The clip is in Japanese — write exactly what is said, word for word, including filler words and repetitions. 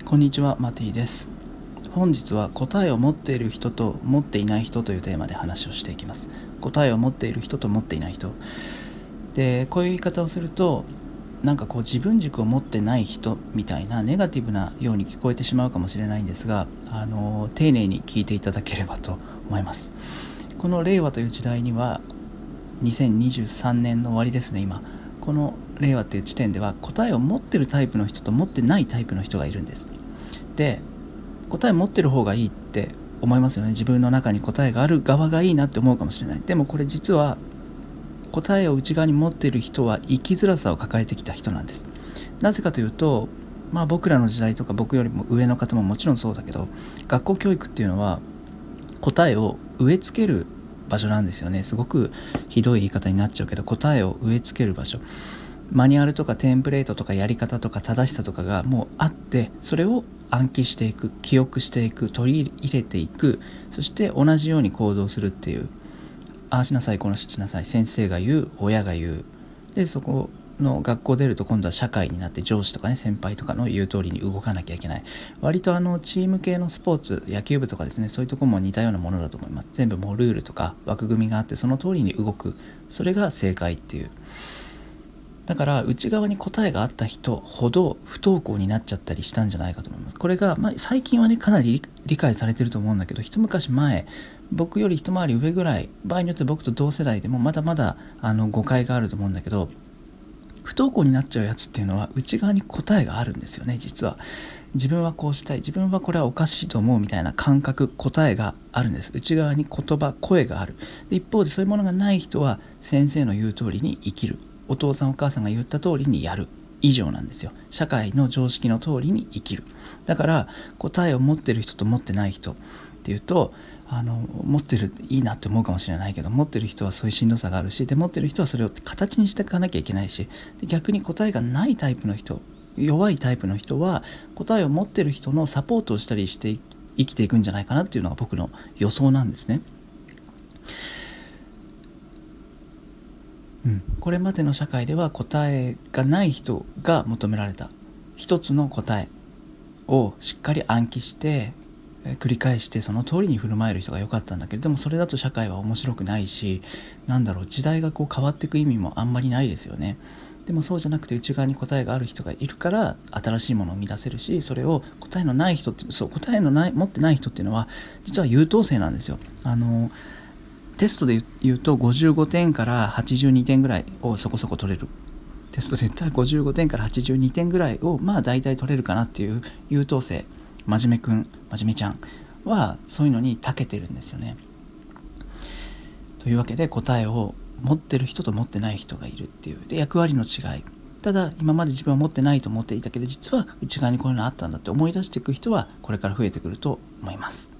こんにちは、マティです。本日は答えを持っている人と持っていない人というテーマで話をしていきます。答えを持っている人と持っていない人で、こういう言い方をするとなんかこう自分軸を持ってない人みたいなネガティブなように聞こえてしまうかもしれないんですが、あの丁寧に聞いていただければと思います。この令和という時代にはにせんにじゅうさんねんの終わりですね。今この令和という地点では答えを持ってるタイプの人と持ってないタイプの人がいるんです。で、答え持ってる方がいいって思いますよね。自分の中に答えがある側がいいなって思うかもしれない。でもこれ実は答えを内側に持っている人は生きづらさを抱えてきた人なんです。なぜかというと、まあ僕らの時代とか僕よりも上の方ももちろんそうだけど、学校教育っていうのは答えを植え付ける場所なんですよね。すごくひどい言い方になっちゃうけど、答えを植え付ける場所、マニュアルとかテンプレートとかやり方とか正しさとかがもうあって、それを暗記していく、記憶していく、取り入れていく、そして同じように行動するっていう、ああしなさいこうしなさい、先生が言う、親が言う、でそこの学校出ると今度は社会になって上司とかね、先輩とかの言う通りに動かなきゃいけない。割とあのチーム系のスポーツ、野球部とかですね、そういうところも似たようなものだと思います。全部もうルールとか枠組みがあって、その通りに動く、それが正解っていう。だから内側に答えがあった人ほど不登校になっちゃったりしたんじゃないかと思います。これが、まあ、最近はねかなり理解されてると思うんだけど、一昔前、僕より一回り上ぐらい、場合によって僕と同世代でもまだまだあの誤解があると思うんだけど、不登校になっちゃうやつっていうのは内側に答えがあるんですよね。実は自分はこうしたい、自分はこれはおかしいと思うみたいな感覚、答えがあるんです。内側に言葉、声がある。で一方でそういうものがない人は先生の言う通りに生きる、お父さんお母さんが言った通りにやる以上なんですよ。社会の常識の通りに生きる。だから答えを持ってる人と持ってない人っていうと、あの持ってるいいなって思うかもしれないけど、持ってる人はそういうしんどさがあるし、で持ってる人はそれを形にしていかなきゃいけないし、で逆に答えがないタイプの人、弱いタイプの人は答えを持ってる人のサポートをしたりして生きていくんじゃないかなっていうのが僕の予想なんですね。うん、これまでの社会では答えがない人が求められた。一つの答えをしっかり暗記して繰り返してその通りに振る舞える人が良かったんだけれども、それだと社会は面白くないし、なんだろう、時代がこう変わっていく意味もあんまりないですよね。でもそうじゃなくて内側に答えがある人がいるから新しいものを生み出せるし、それを答えのない人って、そう答えのない持ってない人っていうのは実は優等生なんですよ。あのテストで言うとごじゅうごてんからはちじゅうにてんぐらいをそこそこ取れる。テストで言ったらごじゅうごてんからはちじゅうにてんぐらいをまあ大体取れるかなっていう優等生、真面目くん、真面目ちゃんはそういうのに長けてるんですよね。というわけで答えを持ってる人と持ってない人がいるっていう、で役割の違い。ただ今まで自分は持ってないと思っていたけど、実は内側にこういうのあったんだって思い出していく人はこれから増えてくると思います。